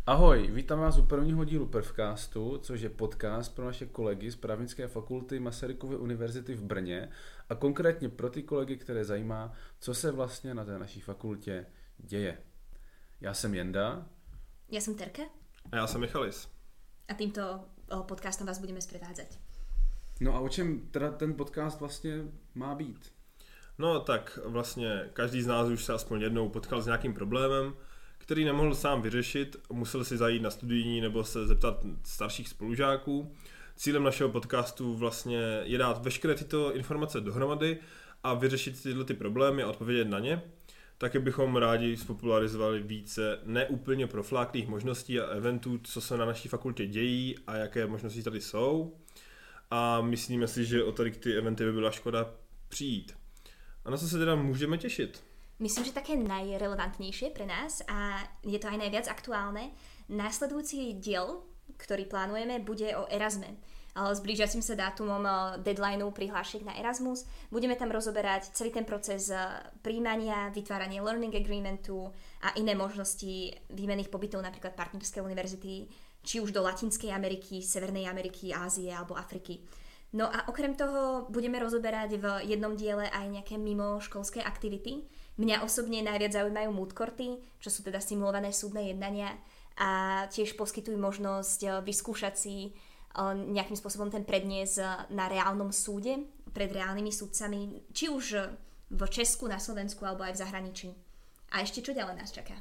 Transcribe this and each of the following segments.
Ahoj, vítám vás u prvního dílu Prvcastu, což je podcast pro naše kolegy z Právnické fakulty Masarykovy univerzity v Brně a konkrétně pro ty kolegy, které zajímá, co se vlastně na té naší fakultě děje. Já jsem Jenda. Ja som Terka. A já jsem Michalis. A týmto podcastom vás budeme sprevádzať. No a o čem teda ten podcast vlastně má být? No tak vlastně každý z nás už se aspoň jednou potkal s nějakým problémem, který nemohl sám vyřešit, musel si zajít na studijní nebo se zeptat starších spolužáků. Cílem našeho podcastu vlastně je dát veškeré tyto informace dohromady a vyřešit tyhle ty problémy a odpovědět na ně. Taky bychom rádi spopularizovali více neúplně profláklých možností a eventů, co se na naší fakultě dějí a jaké možnosti tady jsou. A myslíme si, že o tady ty eventy by byla škoda přijít. A na co se teda můžeme těšit? Myslím, že také najrelevantnejšie pre nás a je to aj najviac aktuálne. Následujúci diel, ktorý plánujeme, bude o Erasme. S blížiacim sa dátumom deadlineu prihlášiek na Erasmus. Budeme tam rozoberať celý ten proces prijímania, vytváranie learning agreementu a iné možnosti výmenných pobytov, napríklad partnerské univerzity, či už do Latinskej Ameriky, Severnej Ameriky, Ázie alebo Afriky. No a okrem toho budeme rozoberať v jednom diele aj nejaké mimoškolské aktivity. Mňa osobne najviac zaujímajú moot courty, čo sú teda simulované súdne jednania a tiež poskytujú možnosť vyskúšať si nejakým spôsobom ten prednes na reálnom súde pred reálnymi sudcami, či už v Česku, na Slovensku alebo aj v zahraničí. A ešte čo ďalej nás čaká?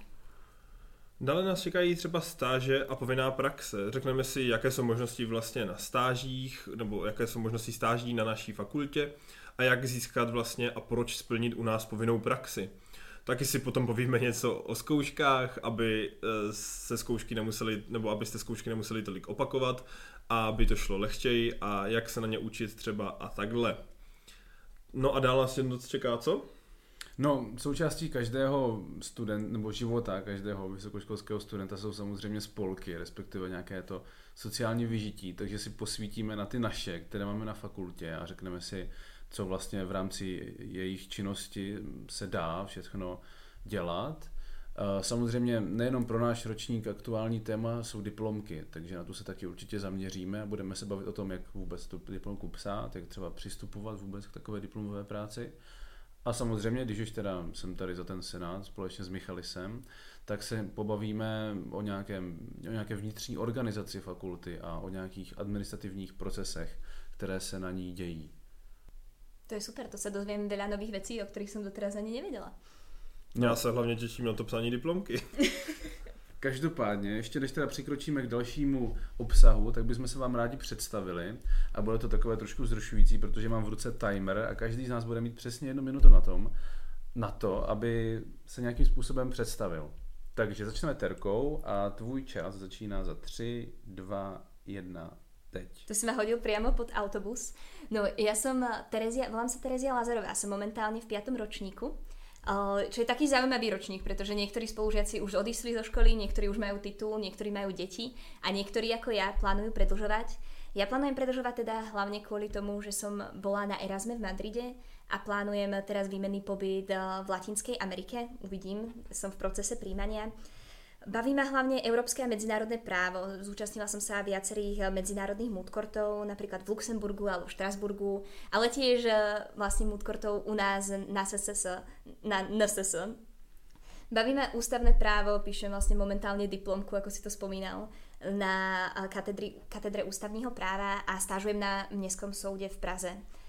Dále nás čekají třeba stáže a povinná praxe. Řekneme si, jaké jsou možnosti vlastně na stážích, nebo jaké jsou možnosti stáží na naší fakultě a jak získat vlastně a proč splnit u nás povinnou praxi. Taky si potom povíme něco o zkouškách, aby se zkoušky nemuseli, nebo abyste zkoušky nemuseli tolik opakovat a aby to šlo lehčeji a jak se na ně učit třeba a takhle. No a dál nás něco čeká, co? No, součástí každého nebo života, každého vysokoškolského studenta jsou samozřejmě spolky, respektive nějaké to sociální vyžití, takže si posvítíme na ty naše, které máme na fakultě a řekneme si, co vlastně v rámci jejich činnosti se dá všechno dělat. Samozřejmě nejenom pro náš ročník aktuální téma jsou diplomky, takže na to se taky určitě zaměříme a budeme se bavit o tom, jak vůbec tu diplomku psát, jak třeba přistupovat vůbec k takové diplomové práci. A samozřejmě, když už teda jsem tady za ten senát společně s Michalisem, tak se pobavíme o nějaké vnitřní organizaci fakulty a o nějakých administrativních procesech, které se na ní dějí. To je super, to sa dozviem veľa nových vecí, o ktorých som doteraz ani nevedela. No. Já se hlavně těším na to psání diplomky. Každopádně, ještě než teda přikročíme k dalšímu obsahu, tak bychom se vám rádi představili a bude to takové trošku vzrušující, protože mám v ruce timer a každý z nás bude mít přesně 1 minutu na to, aby se nějakým způsobem představil. Takže začneme Terkou a tvůj čas začíná za 3, 2, 1, teď. To si ma hodil priamo pod autobus. No, ja som Terezia, volám sa Terezia Lazarová, som momentálne v 5. ročníku. Čo je taký zaujímavý ročník, pretože niektorí spolužiaci už odišli zo školy, niektorí už majú titul, niektorí majú deti a niektorí ako ja plánujú predĺžovať. Ja plánujem predĺžovať teda hlavne kvôli tomu, že som bola na Erasme v Madride a plánujem teraz výmenný pobyt v Latinskej Amerike. Uvidím, som v procese príjmania. Baví ma hlavne európske a medzinárodné právo. Zúčastnila som sa viacerých medzinárodných moot courtov, napríklad v Luxemburgu alebo v Štrasburgu, ale tiež vlastne moot courtov u nás na NSS. Baví ma ústavné právo, píšem vlastne momentálne diplomku, ako si to spomínal, na katedre ústavního práva a stážujem na Městském soudě v Praze.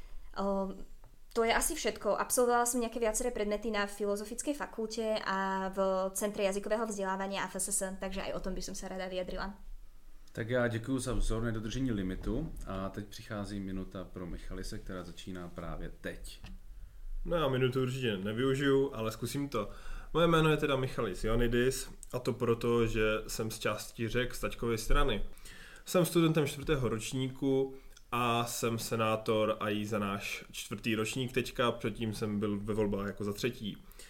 To je asi všetko. Absolvovala som nejaké viaceré predmety na Filozofickej fakulte a v Centre jazykového vzdelávania a FSS, takže aj o tom by som sa rada vyjadrila. Tak já děkuji za vzorné dodržení limitu a teď přichází minuta pro Michalise, která začíná právě teď. No já minutu určitě nevyužiju, ale zkusím to. Moje jméno je teda Michalis Ionidis a to proto, že jsem z části Řek z taťkovy strany. Jsem studentem 4. ročníku a jsem senátor a i za náš 4. ročník teďka, předtím jsem byl ve volbách jako za 3.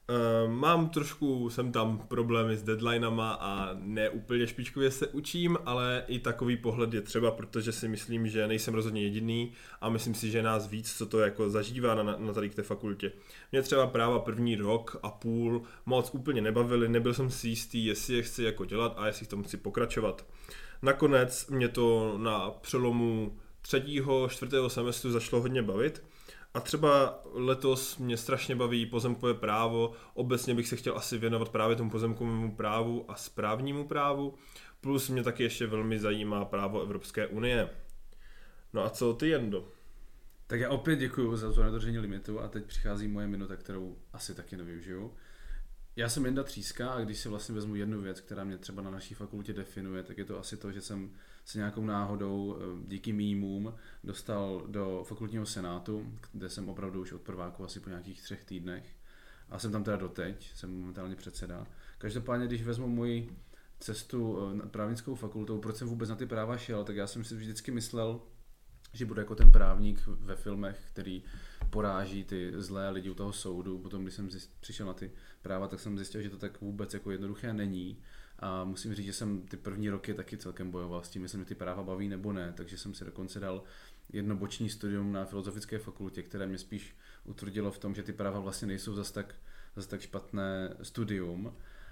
Mám trošku, jsem tam problémy s deadlinama a ne úplně špičkově se učím, ale i takový pohled je třeba, protože si myslím, že nejsem rozhodně jediný a myslím si, že nás víc, co to jako zažívá na tady k té fakultě. Mě třeba práva první rok a půl moc úplně nebavily, nebyl jsem si jistý, jestli je chci jako dělat a jestli v tom chci pokračovat. Nakonec mě to na přelomu 3. 4. semestru začalo hodně bavit. A třeba letos mě strašně baví pozemkové právo, obecně bych se chtěl asi věnovat právě tomu pozemkovému právu a správnímu právu, plus mě taky ještě velmi zajímá právo Evropské unie. No a co ty, Jendo? Tak já opět děkuju za to nedodržení limitu a teď přichází moje minuta, kterou asi taky nevyužiju. Já jsem Jenda Tříska a když si vlastně vezmu jednu věc, která mě třeba na naší fakultě definuje, tak je to asi to, že jsem se nějakou náhodou díky mýmům dostal do fakultního senátu, kde jsem opravdu už od prváku asi po nějakých 3 týdnech a jsem tam teda doteď, jsem momentálně předseda. Každopádně, když vezmu moji cestu právnickou fakultou, proč jsem vůbec na ty práva šel, tak já jsem si vždycky myslel, že bude jako ten právník ve filmech, který poráží ty zlé lidi u toho soudu. Potom, když jsem přišel na ty práva, tak jsem zjistil, že to tak vůbec jako jednoduché není. A musím říct, že jsem ty první roky taky celkem bojoval s tím, jestli mě ty práva baví nebo ne, takže jsem si dokonce dal jedno boční studium na filozofické fakultě, které mě spíš utvrdilo v tom, že ty práva vlastně nejsou zas tak špatné studium.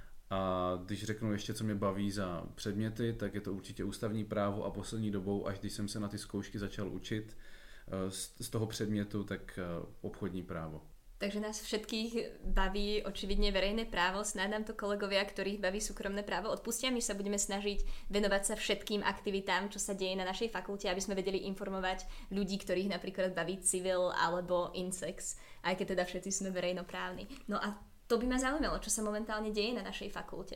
A když řeknu ještě, co mě baví za předměty, tak je to určitě ústavní právo a poslední dobou, až když jsem se na ty zkoušky začal učit z toho předmětu, tak obchodní právo. Takže nás všetkých baví očividne verejné právo, snáď nám to kolegovia, ktorých baví súkromné právo, odpustia. My sa budeme snažiť venovať sa všetkým aktivitám, čo sa deje na našej fakulte, aby sme vedeli informovať ľudí, ktorých napríklad baví civil alebo insex, aj keď teda všetci sme verejnoprávni. No a to by ma zaujímalo, čo sa momentálne deje na našej fakulte.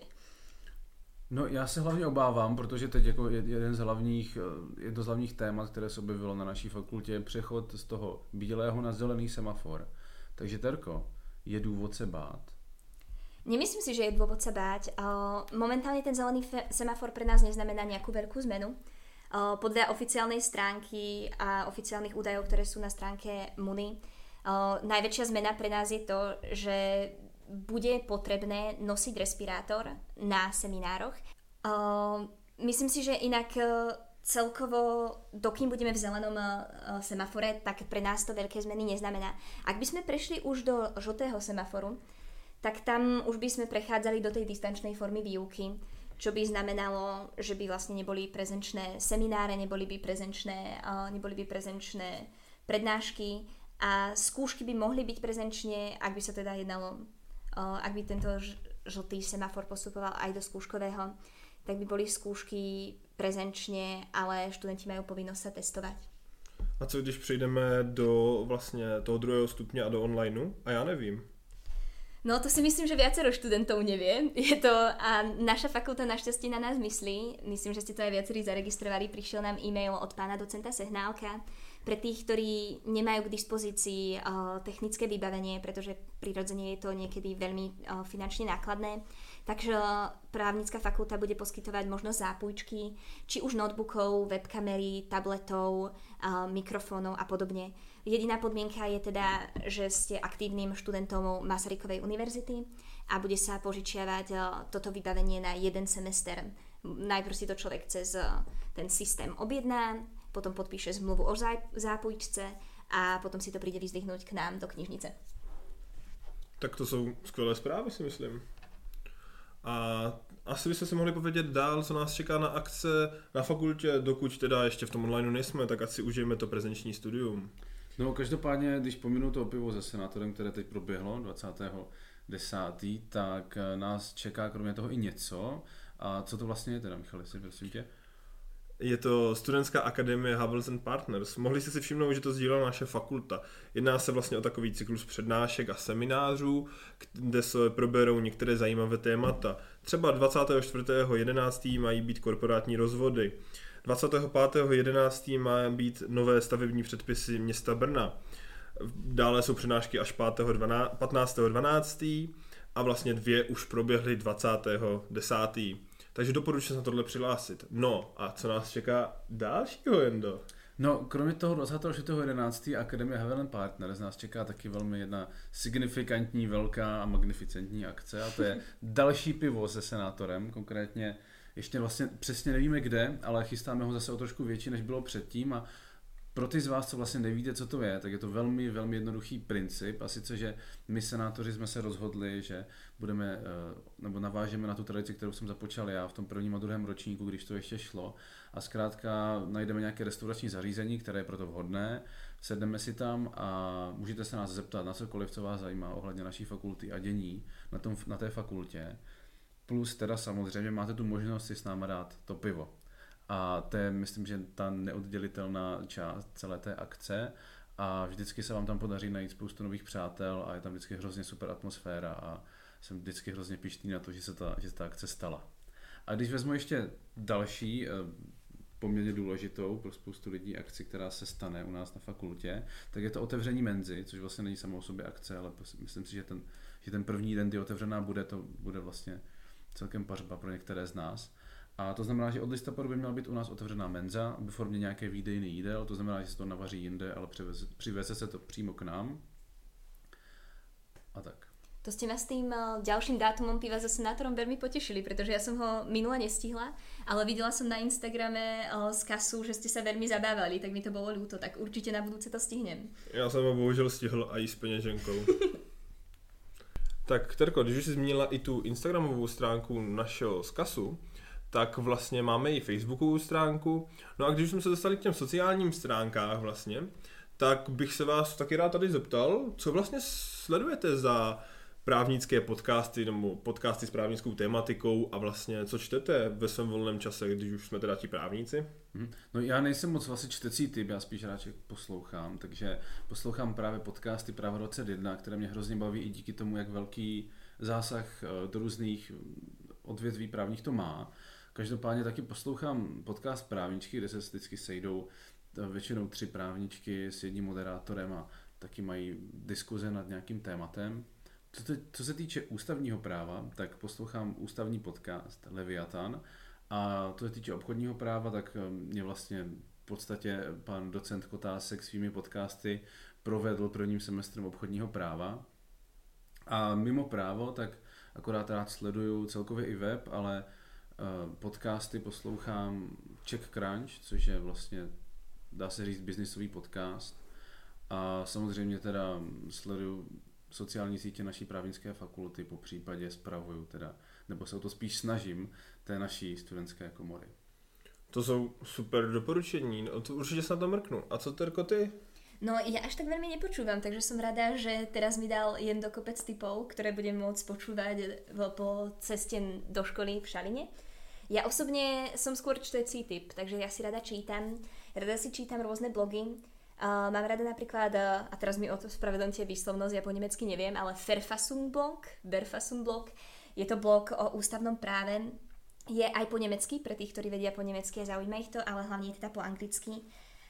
No já se hlavně obávám, protože teď jako jedno z hlavních témat, které se objevilo na naší fakultě, je přechod z toho bílého na zelený semafor. Takže Terko, je důvod se bát? Nemyslím si, že je dôvod sa báť. Momentálne ten zelený semafor pre nás neznamená nejakú veľkú zmenu. Podľa oficiálnej stránky a oficiálnych údajov, ktoré sú na stránke MUNI, najväčšia zmena pre nás je to, že bude potrebné nosiť respirátor na seminároch. Myslím si, že inak celkovo, dokým budeme v zelenom semafore, tak pre nás to veľké zmeny neznamená. Ak by sme prešli už do žltého semaforu, tak tam už by sme prechádzali do tej distančnej formy výuky, čo by znamenalo, že by vlastne neboli prezenčné semináre, neboli by prezenčné prednášky a skúšky by mohli byť prezenčne, ak by sa teda jednalo, ak by tento žltý semafor postupoval aj do skúškového, tak by boli skúšky prezenčne, ale študenti majú povinnosť sa testovať. A co když přejdeme do vlastně toho 2. stupně a do onlineu? A já nevím. No to si myslím, že viacero študentov nevie. A naša fakulta našťastie na nás myslí. Myslím, že ste to aj viacerí zaregistrovali. Prišiel nám e-mail od pána docenta Sehnálka pre tých, ktorí nemajú k dispozícii technické vybavenie, pretože prirodzene je to niekedy veľmi finančne nákladné. Takže právnická fakulta bude poskytovať možnosť zápojčky, či už notebookov, webkamery, tabletov, mikrofónov a podobne. Jediná podmienka je teda, že ste aktívnym študentom Masarykovej univerzity a bude sa požičiavať toto vybavenie na 1 semester. Najprv si to človek cez ten systém objedná, potom podpíše zmluvu o zápojčce a potom si to príde vyzdvihnúť k nám do knižnice. Tak to jsou skvělé zprávy, si myslím. A asi byste si mohli povědět dál, co nás čeká na akce na fakultě, dokud teda ještě v tom onlineu nejsme, tak ať si užijeme to prezenční studium. No každopádně, když pominu to pivo se senátorem, které teď proběhlo 20.10., tak nás čeká kromě toho i něco. A co to vlastně je teda, Michal, jestli prosím tě? Je to Studentská akademie Havels & Partners. Mohli jste si všimnout, že to sdílela naše fakulta. Jedná se vlastně o takový cyklus přednášek a seminářů, kde se proberou některé zajímavé témata. Třeba 24.11. mají být korporátní rozvody. 25.11. má být nové stavební předpisy města Brna. Dále jsou přednášky až 15.12. a vlastně 2 už proběhly 20.10. Takže doporučuji se na tohle přihlásit. No a co nás čeká dalšího, Jendo? No, kromě toho 24.11. Akademie Haviland Partners nás čeká taky velmi jedna signifikantní, velká a magnificentní akce a to je další pivo se senátorem, konkrétně ještě vlastně přesně nevíme kde, ale chystáme ho zase o trošku větší, než bylo předtím a pro ty z vás, co vlastně nevíte, co to je, tak je to velmi, velmi jednoduchý princip a sice, že my senátoři jsme se rozhodli, že budeme, nebo navážeme na tu tradici, kterou jsem započal já v tom prvním a druhém ročníku, když to ještě šlo a zkrátka najdeme nějaké restaurační zařízení, které je proto vhodné, sedneme si tam a můžete se nás zeptat na cokoliv, co vás zajímá ohledně naší fakulty a dění na té fakultě. Plus teda samozřejmě máte tu možnost si s náma dát to pivo. A to je, myslím, že ta neoddělitelná část celé té akce a vždycky se vám tam podaří najít spoustu nových přátel a je tam vždycky hrozně super atmosféra a jsem vždycky hrozně pyšný na to, že se ta akce stala. A když vezmu ještě další poměrně důležitou pro spoustu lidí akci, která se stane u nás na fakultě, tak je to otevření menzy, což vlastně není samo o sobě akce, ale myslím si, že ten první den, kdy otevřená bude, to bude vlastně celkem pařba pro některé z nás. A to znamená, že od listopadu by měla být u nás otevřená menza ve formě nějaké výdejny jídel, to znamená, že se to navaří jinde, ale přiveze se to přímo k nám. A tak. To ste ma s tým ďalším dátumom piva so senátorom veľmi potešili, pretože ja som ho minule nestihla, ale videla som na Instagrame z kasu, že ste sa veľmi zabávali, tak mi to bolo ľúto, tak určite na budúce to stihnem. Já jsem ho bohužel stihl a i s peněženkou. Tak Terko, když už jsi zmínila i tu Instagramovou stránku našeho skasu, tak vlastně máme i Facebookovou stránku. No a když jsme se dostali k těm sociálním stránkách vlastně, tak bych se vás taky rád tady zeptal, co vlastně sledujete za právnické podcasty nebo podcasty s právnickou tématikou a vlastně co čtete ve svém volném čase, když už jsme teda ti právníci? No já nejsem moc vlastně čtecí typ, já spíš rád poslouchám, takže poslouchám právě podcasty Právo 21, které mě hrozně baví i díky tomu, jak velký zásah do různých odvětví právních to má. Každopádně taky poslouchám podcast Právničky, kde se vždycky sejdou většinou 3 právničky s jedním moderátorem a taky mají diskuze nad nějakým tématem. Co se týče ústavního práva, tak poslouchám ústavní podcast Leviatan a co se týče obchodního práva, tak mě vlastně v podstatě pan docent Kotásek svými podcasty provedl prvním semestrem obchodního práva. A mimo právo, tak akorát rád sleduju celkově i web, ale podcasty poslouchám Czech Crunch, což je vlastně, dá se říct, biznisový podcast. A samozřejmě teda sleduju sociální sítě naší právnické fakulty, po případě spravuju teda, nebo se o to spíš snažím, té naší studentské komory. To jsou super doporučení, no to určitě se na to mrknu. A co Terko ty? No ja až tak veľmi nepočúvam, takže som rada, že teraz mi dal jen do kopec tipov, ktoré budem môcť počúvať po ceste do školy v Šaline. Ja osobne som skôr čtecí typ, takže ja si rada si čítam rôzne blogy. Mám rada napríklad, a teraz mi ospravedlňte výslovnosť, ja po nemecky neviem, ale Verfassung blog, je to blog o ústavnom práve, je aj po nemecky, pre tých, ktorí vedia po nemecky a zaujíma ich to, ale hlavne je teda po anglicky.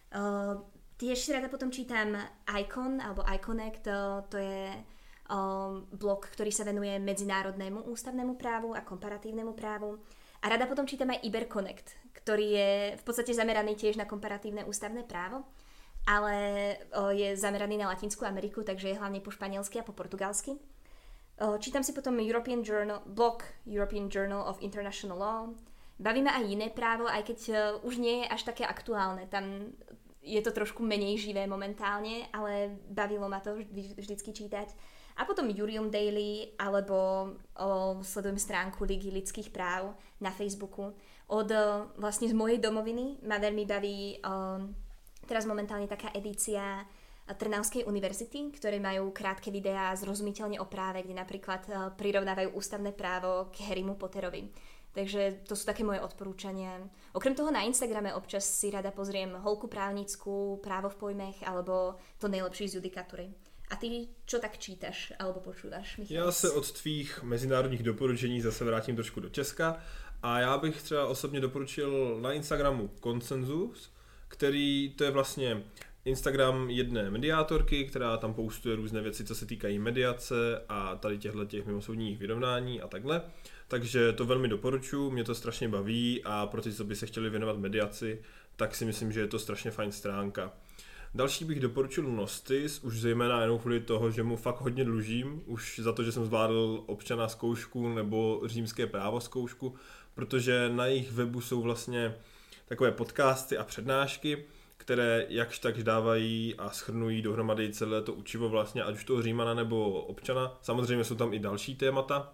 Tiež si rada potom čítam Icon alebo Iconect, to je blog, ktorý sa venuje medzinárodnému ústavnému právu a komparatívnemu právu. A rada potom čítam aj Iberconnect, ktorý je v podstate zameraný tiež na komparatívne ústavné právo, ale je zameraný na Latinskú Ameriku, takže je hlavne po španielsky a po portugalsky. Čítam si potom blog European Journal of International Law. Baví ma aj iné právo, aj keď už nie je až také aktuálne. Tam je to trošku menej živé momentálne, ale bavilo ma to vždycky čítať. A potom Jurium Daily, alebo sledujem stránku Ligy lidských práv na Facebooku. Vlastne z mojej domoviny ma veľmi baví teraz momentálne taká edícia Trnavskej univerzity, ktoré majú krátke videá zrozumiteľne o práve, kde napríklad prirovnávajú ústavné právo k Harrymu Potterovi. Takže to sú také moje odporúčania. Okrem toho na Instagrame občas si rada pozriem holku právnickú, právo v pojmech alebo to nejlepší z judikatury. A ty čo tak čítaš alebo počúvaš, Michal? Já se od tvých mezinárodních doporučení zase vrátím trošku do Česka a já bych třeba osobně doporučil na Instagramu Konsenzus, který to je vlastně Instagram jedné mediátorky, která tam postuje různé věci, co se týkají mediace a tady těch mimosoudních vyrovnání a takhle. Takže to velmi doporučuji, mě to strašně baví a pro ty, co by se chtěli věnovat mediaci, tak si myslím, že je to strašně fajn stránka. Další bych doporučil Nostis, už zejména jenom kvůli toho, že mu fakt hodně dlužím, už za to, že jsem zvládl občana zkoušku nebo římské právo zkoušku, protože na jejich webu jsou vlastně takové podcasty a přednášky, které jakž tak dávají a shrnují dohromady celé to učivo vlastně, ať už toho Římana nebo občana. Samozřejmě jsou tam i další témata,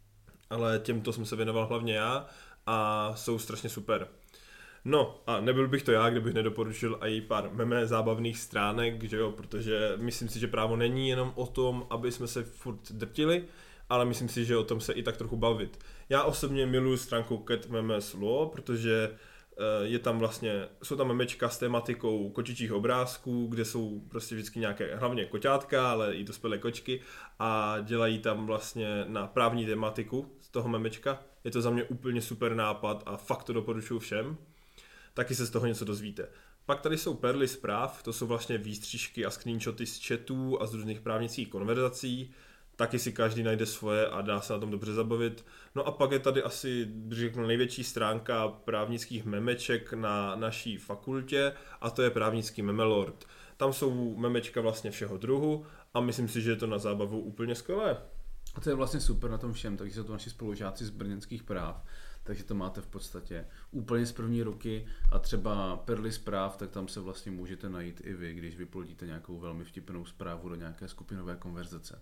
ale těmto jsem se věnoval hlavně já a jsou strašně super. No a nebyl bych to já, kdybych nedoporučil i pár meme zábavných stránek, že jo, protože myslím si, že právo není jenom o tom, aby jsme se furt drtili, ale myslím si, že o tom se i tak trochu bavit. Já osobně miluji stránku Cat Memes Law, protože je tam vlastně, jsou tam memečka s tématikou kočičích obrázků, kde jsou prostě vždycky nějaké, hlavně koťátka, ale i dospělé kočky a dělají tam vlastně na právní tématiku z toho memečka. Je to za mě úplně super nápad a fakt to doporučuji všem. Taky se z toho něco dozvíte. Pak tady jsou perly zpráv, to jsou vlastně výstřižky a screenshoty z chatů a z různých právnických konverzací. Taky si každý najde svoje a dá se na tom dobře zabavit. No a pak je tady asi, řeknu, největší stránka právnických memeček na naší fakultě a to je právnický memelord. Tam jsou memečka vlastně všeho druhu a myslím si, že je to na zábavu úplně skvělé. A to je vlastně super na tom všem, takže jsou to naši spolužáci z brněnských práv, takže to máte v podstatě úplně z první ruky a třeba perly zpráv, tak tam se vlastně můžete najít i vy, když vyplodíte nějakou velmi vtipnou zprávu do nějaké skupinové konverzace.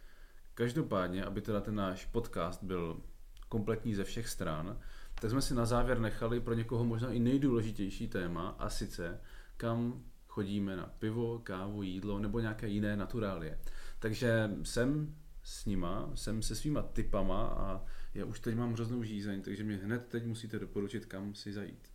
Každopádně, aby teda ten náš podcast byl kompletní ze všech stran, tak jsme si na závěr nechali pro někoho možná i nejdůležitější téma, a sice kam chodíme na pivo, kávu, jídlo nebo nějaké jiné naturálie. Takže jsem s nima, jsem se svýma tipama a já už teď mám hroznou žízeň, takže mě hned teď musíte doporučit, kam si zajít.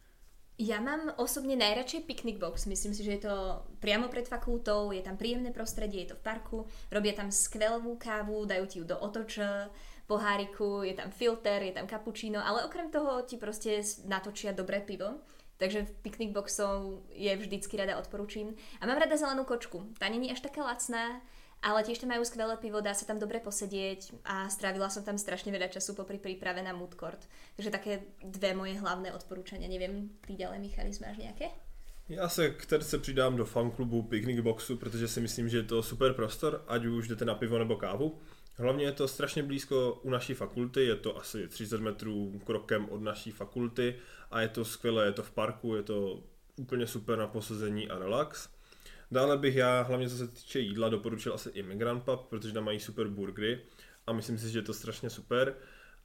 Ja mám osobne najradšej picnic box. Myslím si, že je to priamo pred fakultou, je tam príjemné prostredie, je to v parku, robia tam skvelú kávu, dajú ti ju do otoča, poháriku, je tam filter, je tam cappuccino, ale okrem toho ti proste natočia dobré pivo. Takže picnic boxov je vždycky rada odporúčim. A mám rada zelenú kočku. Tá není až taká lacná, ale tiež tam majú skvelé pivo, dá sa tam dobre posedieť a strávila som tam strašne veľa času popri príprave na mood court. Takže také dve moje hlavné odporúčania. Neviem, ty ďalej, Michalis, máš nejaké? Já se k terce přidám do fanklubu Picnic Boxu, protože si myslím, že je to super prostor, ať už jdete na pivo nebo kávu. Hlavně je to strašně blízko u naší fakulty, je to asi 30 metrů krokem od naší fakulty a je to skvělé, je to v parku, je to úplně super na posezení a relax. Dále bych já, hlavně co se týče jídla, doporučil asi Immigrant Pub, protože tam mají super burgery a myslím si, že je to strašně super.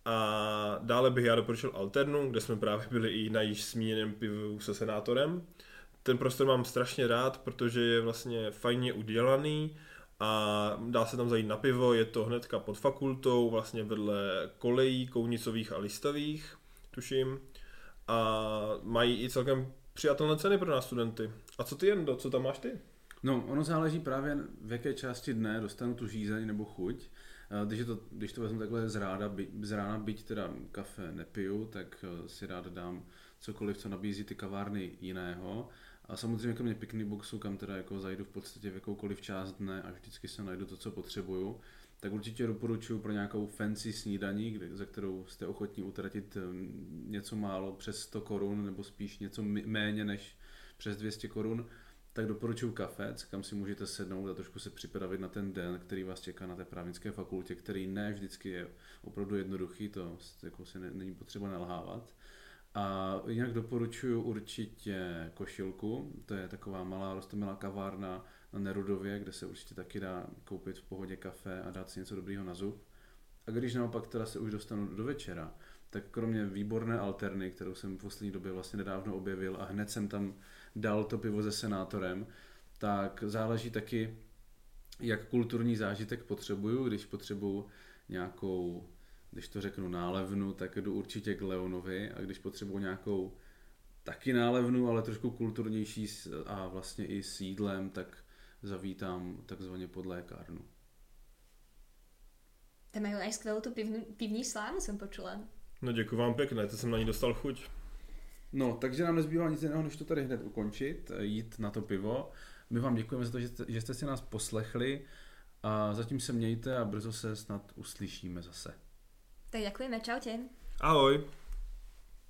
A dále bych já doporučil Alternu, kde jsme právě byli i na již zmíněném pivu se senátorem. Ten prostor mám strašně rád, protože je vlastně fajně udělaný a dá se tam zajít na pivo, je to hnedka pod fakultou, vlastně vedle kolejí kounicových a listových, tuším. A mají i celkem přijatelné ceny pro nás studenty. A co ty, Jendo, co tam máš ty? No, ono záleží právě v jaké části dne dostanu tu žízeň nebo chuť. Když to vezmu takhle z rána, byť teda kafe nepiju, tak si rád dám cokoliv, co nabízí ty kavárny jiného. A samozřejmě kromě picnic boxu, kam teda jako zajdu v podstatě v jakoukoliv část dne a vždycky se najdu to, co potřebuju, tak určitě doporučuji pro nějakou fancy snídaní, za kterou jste ochotní utratit něco málo přes 100 korun nebo spíš něco méně než přes 200 korun, tak doporučuji Kafec, kam si můžete sednout a trošku se připravit na ten den, který vás čeká na té právnické fakultě, který ne vždycky je opravdu jednoduchý, to jako si není potřeba nalhávat. A jinak doporučuji určitě Košilku, to je taková malá roztomilá kavárna na Nerudově, kde se určitě taky dá koupit v pohodě kafe a dát si něco dobrýho na zub. A když naopak teda se už dostanu do večera, tak kromě výborné Alterny, kterou jsem v poslední době vlastně nedávno objevil a hned jsem tam dal to pivo se senátorem, tak záleží taky, jak kulturní zážitek potřebuju. Když potřebuju nějakou, když to řeknu, nálevnu, tak jdu určitě k Leonovi, a když potřebuju nějakou taky nálevnu, ale trošku kulturnější a vlastně i s jídlem, tak zavítám takzvaně pod lékárnu. Tam majú aj skvelú tú pivní slámu, som počula. No děkuji vám pěkně, to jsem na ní dostal chuť. No, takže nám nezbývá nic jiného, než to tady hned ukončit, jít na to pivo. My vám děkujeme za to, že jste si nás poslechli a zatím se mějte a brzo se snad uslyšíme zase. Tak ďakujeme, čaute. Ahoj.